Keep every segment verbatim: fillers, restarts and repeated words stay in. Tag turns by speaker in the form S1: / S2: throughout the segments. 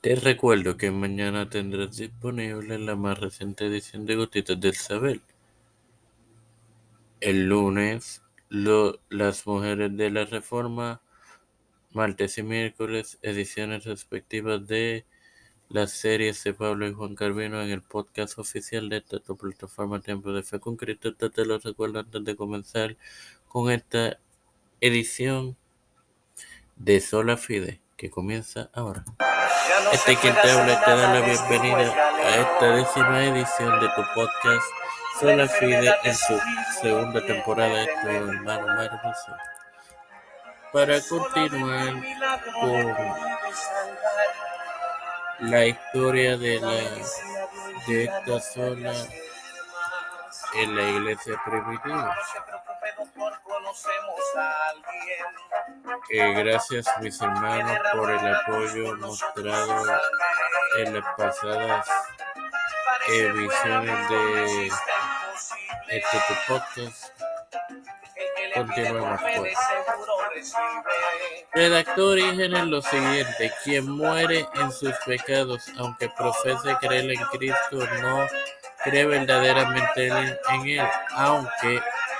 S1: Te recuerdo que mañana tendrás disponible la más reciente edición de Gotitas del Saber. El lunes, lo- las mujeres de la Reforma. Martes y miércoles, ediciones respectivas de las series de Pablo y Juan Carvino en el podcast oficial de esta tu plataforma Tiempo de Fe con Cristo. Te lo recuerdo antes de comenzar con esta edición de Sola Fide, que comienza ahora. Este quien te habla te da la bienvenida a esta décima edición de tu podcast Sola Fide en su segunda temporada de tu hermano Mario José. Para continuar con la historia de la de esta zona en la iglesia primitiva. Eh, gracias mis hermanos por el apoyo mostrado en las pasadas ediciones de este tu podcast. Continuamos pues. Redactó Origen en lo siguiente: quien muere en sus pecados, aunque profese creer en Cristo, no cree verdaderamente en, en él, aunque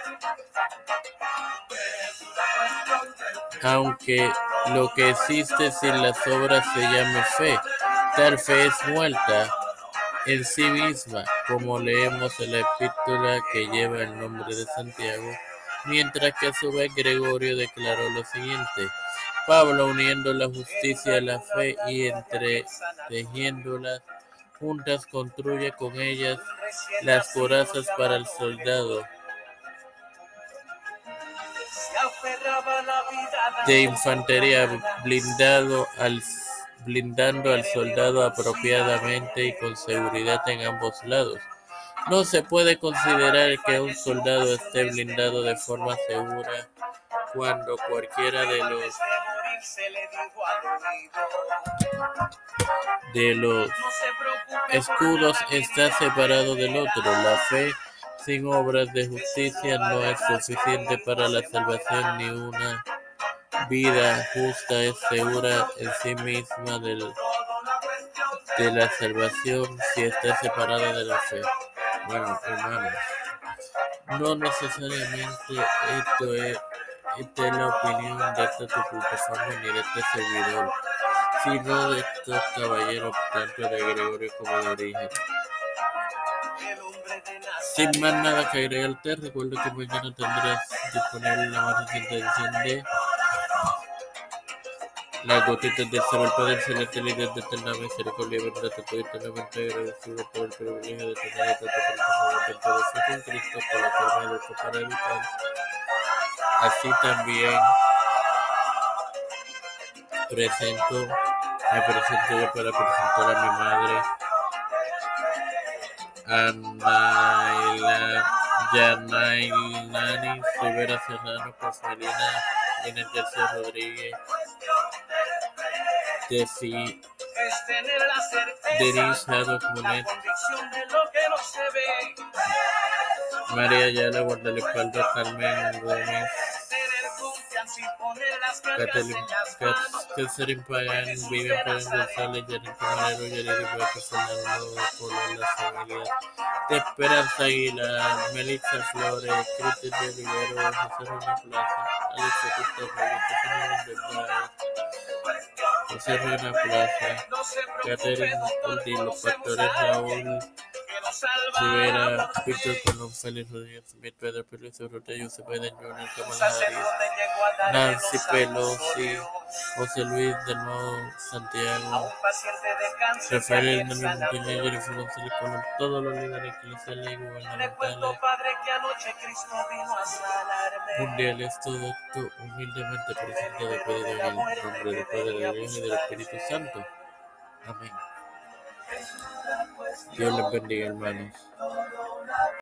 S1: aunque lo que existe sin las obras se llame fe. Tal fe es muerta en sí misma, como leemos en la epístola que lleva el nombre de Santiago, mientras que a su vez Gregorio declaró lo siguiente: Pablo, uniendo la justicia a la fe y entretejiéndolas juntas, construye con ellas las corazas para el soldado de infantería, blindado al, blindando al soldado apropiadamente y con seguridad en ambos lados. No se puede considerar que un soldado esté blindado de forma segura cuando cualquiera de los de los escudos está separado del otro. La fe sin obras de justicia no es suficiente para la salvación, ni una vida justa es segura en sí misma del, de la salvación si está separada de la fe. Bueno, hermanos, no necesariamente esto es, esta es la opinión de esta tu plataforma ni de este servidor, sino de estos caballeros, tanto de Gregorio como de Origen. Sin más nada que agregarte, recuerdo que mañana tendrás disponible la más reciente edición de Las Gotitas del Saber. Padre Celeste, líder de eterna misericordia y verdad, te estoy eternamente agradecido por el privilegio de tener esta plataforma de todo fe con Cristo, por la cual me educo para educar. Así también presento, me presento yo para presentar a mi madre, Anaila Yanailani Rivera Serrano, Pasalina Inés García Rodríguez, Desi Denise Haddock Monet, María Ayala, Guardalespaldas, Carmen Gómez, Catherine Pagan, Vivian Pagan González, Janet Camarero, Yareli Hueco, Fernando Polo, La Familia de Esperanza Aguilar, Melissa Flores, Cristian de Rivero, José Rona Plaza, Alex Gustavo, Stefano Verdad, José Rona Plaza, Catherine Ortiz, los pastores Raúl Rivera, Víctor Colón, Félix Rodríguez Smith, Pedro Pérez Urrutia, José Biden junior, Kamala Harris, Nancy Pelosi, José Luis del Nuevo Santiago, Rafael Hernández Montañez, Jennifer González Colón, todos los líderes eclesiales y gubernamentales mundiales, todo esto humildemente presentado y pedido en el nombre del Padre, del Hijo y del Espíritu Santo. Amén. Dios les bendiga, hermanos.